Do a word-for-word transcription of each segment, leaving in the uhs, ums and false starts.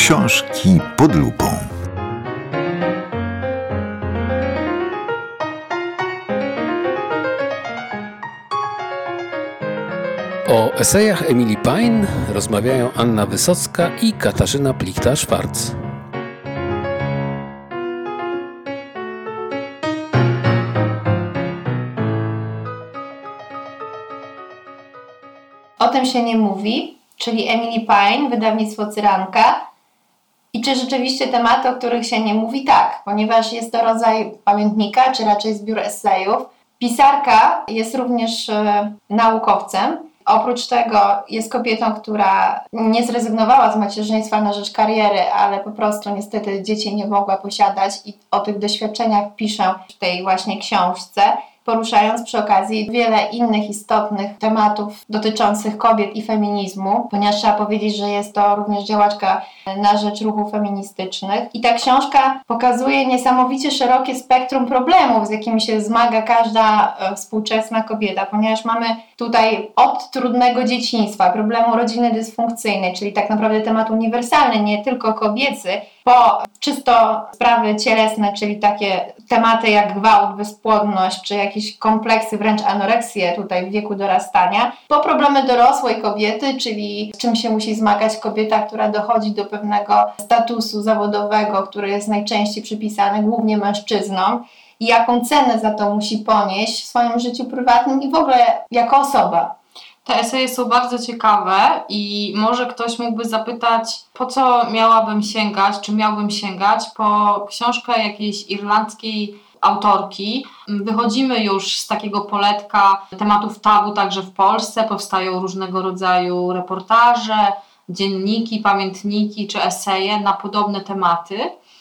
Książki pod lupą. O esejach Emily Pine rozmawiają Anna Wysocka i Katarzyna Plichta-Szwarc. O tym się nie mówi, czyli Emily Pine, wydawnictwo Cyranka. I czy rzeczywiście tematy, o których się nie mówi? Tak, ponieważ jest to rodzaj pamiętnika, czy raczej zbiór esejów. Pisarka jest również e, naukowcem. Oprócz tego jest kobietą, która nie zrezygnowała z macierzyństwa na rzecz kariery, ale po prostu niestety dzieci nie mogła posiadać i o tych doświadczeniach piszę w tej właśnie książce, poruszając przy okazji wiele innych istotnych tematów dotyczących kobiet i feminizmu, ponieważ trzeba powiedzieć, że jest to również działaczka na rzecz ruchów feministycznych. I ta książka pokazuje niesamowicie szerokie spektrum problemów, z jakimi się zmaga każda współczesna kobieta, ponieważ mamy tutaj od trudnego dzieciństwa, problemu rodziny dysfunkcyjnej, czyli tak naprawdę temat uniwersalny, nie tylko kobiecy, po czysto sprawy cielesne, czyli takie tematy jak gwałt, bezpłodność, czy jakieś kompleksy, wręcz anoreksję tutaj w wieku dorastania, po problemy dorosłej kobiety, czyli z czym się musi zmagać kobieta, która dochodzi do pewnego statusu zawodowego, który jest najczęściej przypisany głównie mężczyznom i jaką cenę za to musi ponieść w swoim życiu prywatnym i w ogóle jako osoba. Te eseje są bardzo ciekawe i może ktoś mógłby zapytać, po co miałabym sięgać, czy miałbym sięgać po książkę jakiejś irlandzkiej autorki. Wychodzimy już z takiego poletka tematów tabu także w Polsce, powstają różnego rodzaju reportaże, dzienniki, pamiętniki czy eseje na podobne tematy.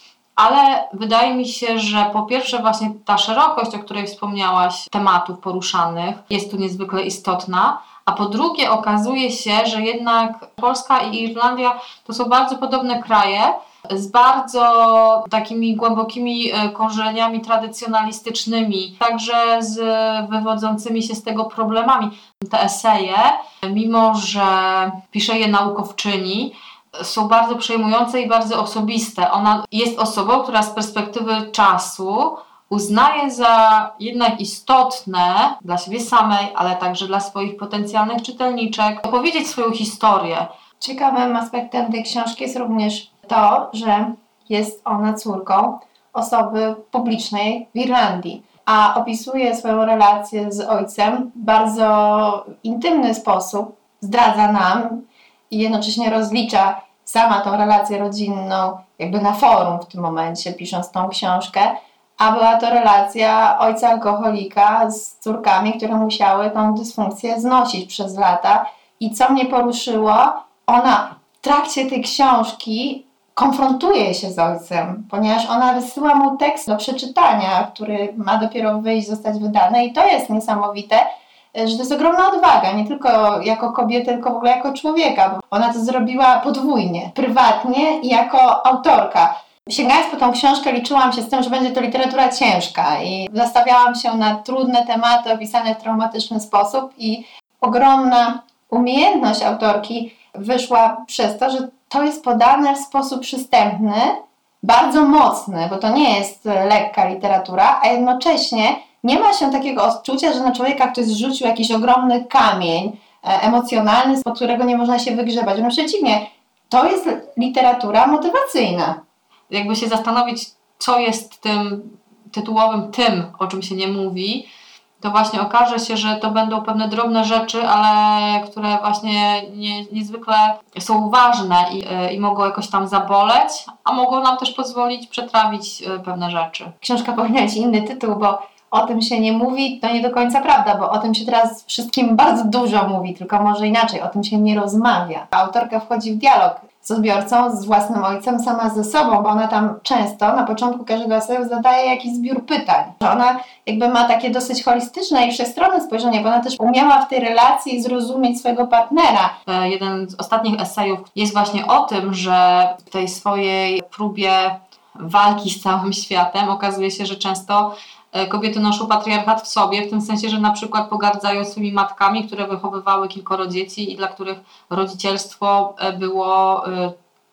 Ale wydaje mi się, że po pierwsze właśnie ta szerokość, o której wspomniałaś, tematów poruszanych jest tu niezwykle istotna, a po drugie okazuje się, że jednak Polska i Irlandia to są bardzo podobne kraje z bardzo takimi głębokimi korzeniami tradycjonalistycznymi, także z wywodzącymi się z tego problemami. Te eseje, mimo że pisze je naukowczyni, są bardzo przejmujące i bardzo osobiste. Ona jest osobą, która z perspektywy czasu uznaje za jednak istotne dla siebie samej, ale także dla swoich potencjalnych czytelniczek opowiedzieć swoją historię. Ciekawym aspektem tej książki jest również to, że jest ona córką osoby publicznej w Irlandii, a opisuje swoją relację z ojcem w bardzo intymny sposób, zdradza nam i jednocześnie rozlicza sama tą relację rodzinną jakby na forum w tym momencie, pisząc tą książkę, a była to relacja ojca alkoholika z córkami, które musiały tą dysfunkcję znosić przez lata. I co mnie poruszyło, ona w trakcie tej książki konfrontuje się z ojcem, ponieważ ona wysyła mu tekst do przeczytania, który ma dopiero wyjść, zostać wydany i to jest niesamowite, że to jest ogromna odwaga, nie tylko jako kobiety, tylko w ogóle jako człowieka, bo ona to zrobiła podwójnie, prywatnie i jako autorka. Sięgając po tą książkę, liczyłam się z tym, że będzie to literatura ciężka i nastawiałam się na trudne tematy opisane w traumatyczny sposób i ogromna umiejętność autorki wyszła przez to, że to jest podane w sposób przystępny, bardzo mocny, bo to nie jest lekka literatura, a jednocześnie nie ma się takiego odczucia, że na człowieka ktoś zrzucił jakiś ogromny kamień emocjonalny, spod którego nie można się wygrzebać. No przeciwnie, to jest literatura motywacyjna. Jakby się zastanowić, co jest tym tytułowym tym, o czym się nie mówi, to właśnie okaże się, że to będą pewne drobne rzeczy, ale które właśnie nie, niezwykle są ważne i, i mogą jakoś tam zaboleć, a mogą nam też pozwolić przetrawić pewne rzeczy. Książka powinna mieć inny tytuł, bo o tym się nie mówi, to nie do końca prawda, bo o tym się teraz wszystkim bardzo dużo mówi, tylko może inaczej, o tym się nie rozmawia. Autorka wchodzi w dialog z odbiorcą, z własnym ojcem, sama ze sobą, bo ona tam często na początku każdego eseju zadaje jakiś zbiór pytań. Ona jakby ma takie dosyć holistyczne i wszechstronne spojrzenie, bo ona też umiała w tej relacji zrozumieć swojego partnera. Jeden z ostatnich esejów jest właśnie o tym, że w tej swojej próbie walki z całym światem okazuje się, że często kobiety noszą patriarchat w sobie, w tym sensie, że na przykład pogardzają swoimi matkami, które wychowywały kilkoro dzieci i dla których rodzicielstwo było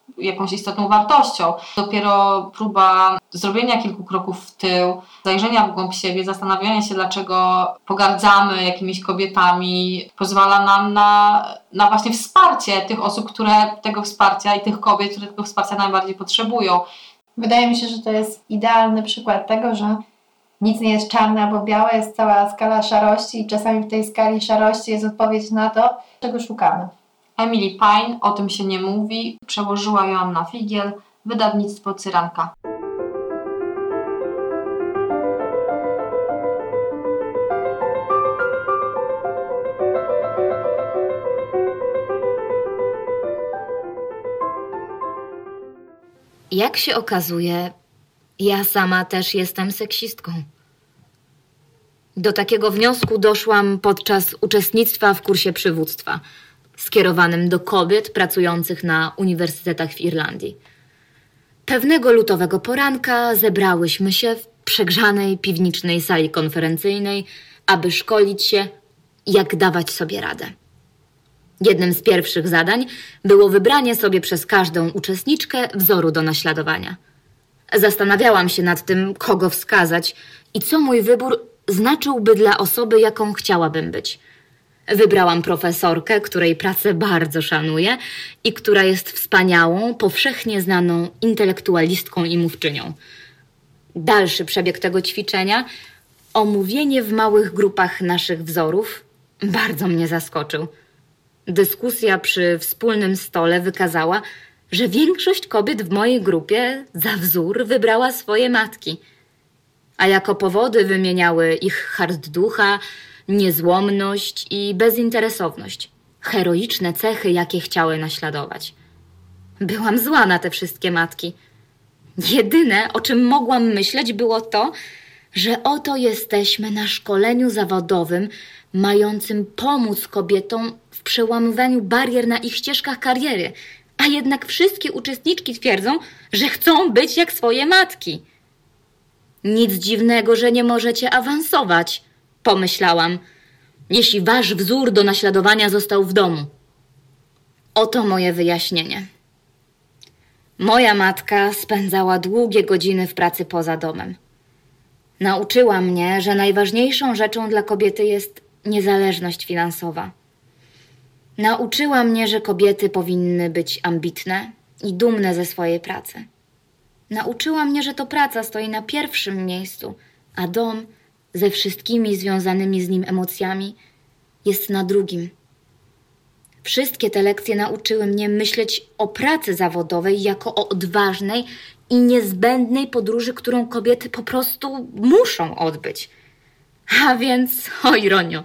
jakąś istotną wartością. Dopiero próba zrobienia kilku kroków w tył, zajrzenia w głąb siebie, zastanawiania się, dlaczego pogardzamy jakimiś kobietami, pozwala nam na, na właśnie wsparcie tych osób, które tego wsparcia i tych kobiet, które tego wsparcia najbardziej potrzebują. Wydaje mi się, że to jest idealny przykład tego, że nic nie jest czarne albo białe, jest cała skala szarości i czasami w tej skali szarości jest odpowiedź na to, czego szukamy. Emily Pine, O tym się nie mówi, przełożyła Joanna Figiel, wydawnictwo Cyranka. Jak się okazuje, ja sama też jestem seksistką. Do takiego wniosku doszłam podczas uczestnictwa w kursie przywództwa skierowanym do kobiet pracujących na uniwersytetach w Irlandii. Pewnego lutowego poranka zebrałyśmy się w przegrzanej piwnicznej sali konferencyjnej, aby szkolić się, jak dawać sobie radę. Jednym z pierwszych zadań było wybranie sobie przez każdą uczestniczkę wzoru do naśladowania. Zastanawiałam się nad tym, kogo wskazać i co mój wybór znaczyłby dla osoby, jaką chciałabym być. Wybrałam profesorkę, której pracę bardzo szanuję i która jest wspaniałą, powszechnie znaną intelektualistką i mówczynią. Dalszy przebieg tego ćwiczenia, omówienie w małych grupach naszych wzorów, bardzo mnie zaskoczył. Dyskusja przy wspólnym stole wykazała, że większość kobiet w mojej grupie za wzór wybrała swoje matki, a jako powody wymieniały ich hart ducha, niezłomność i bezinteresowność. Heroiczne cechy, jakie chciały naśladować. Byłam zła na te wszystkie matki. Jedyne, o czym mogłam myśleć, było to, że oto jesteśmy na szkoleniu zawodowym mającym pomóc kobietom w przełamywaniu barier na ich ścieżkach kariery, a jednak wszystkie uczestniczki twierdzą, że chcą być jak swoje matki. Nic dziwnego, że nie możecie awansować, pomyślałam, jeśli wasz wzór do naśladowania został w domu. Oto moje wyjaśnienie. Moja matka spędzała długie godziny w pracy poza domem. Nauczyła mnie, że najważniejszą rzeczą dla kobiety jest niezależność finansowa. Nauczyła mnie, że kobiety powinny być ambitne i dumne ze swojej pracy. Nauczyła mnie, że to praca stoi na pierwszym miejscu, a dom ze wszystkimi związanymi z nim emocjami jest na drugim. Wszystkie te lekcje nauczyły mnie myśleć o pracy zawodowej jako o odważnej i niezbędnej podróży, którą kobiety po prostu muszą odbyć. A więc, o ironio,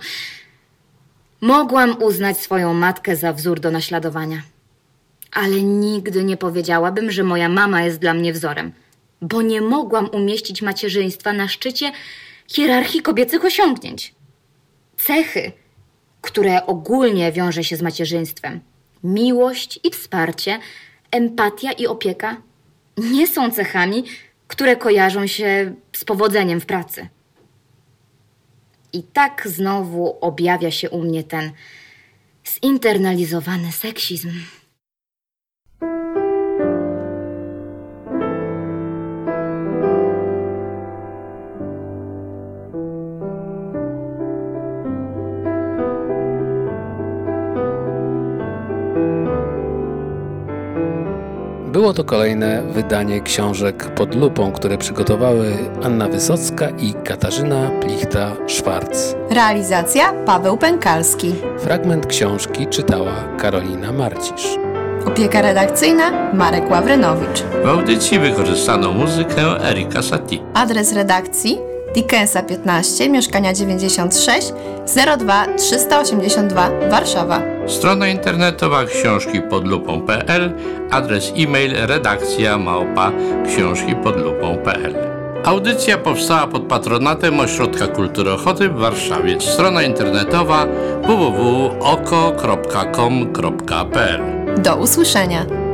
mogłam uznać swoją matkę za wzór do naśladowania. Ale nigdy nie powiedziałabym, że moja mama jest dla mnie wzorem, bo nie mogłam umieścić macierzyństwa na szczycie hierarchii kobiecych osiągnięć. Cechy, które ogólnie wiąże się z macierzyństwem, miłość i wsparcie, empatia i opieka, nie są cechami, które kojarzą się z powodzeniem w pracy. I tak znowu objawia się u mnie ten zinternalizowany seksizm. Było to kolejne wydanie książek pod lupą, które przygotowały Anna Wysocka i Katarzyna Plichta-Szwarc. Realizacja Paweł Pękalski. Fragment książki czytała Karolina Marcisz. Opieka redakcyjna Marek Ławrynowicz. W audycji wykorzystano muzykę Erika Satie. Adres redakcji Dickensa piętnaście, mieszkania dziewięćdziesiąt sześć, zero dwa trzysta osiemdziesiąt dwa, Warszawa. Strona internetowa książki pod lupą kropka p l, adres e-mail redakcja małpa książki pod lupą kropka p l. Audycja powstała pod patronatem Ośrodka Kultury Ochoty w Warszawie. Strona internetowa w w w kropka oko kropka com kropka p l. Do usłyszenia.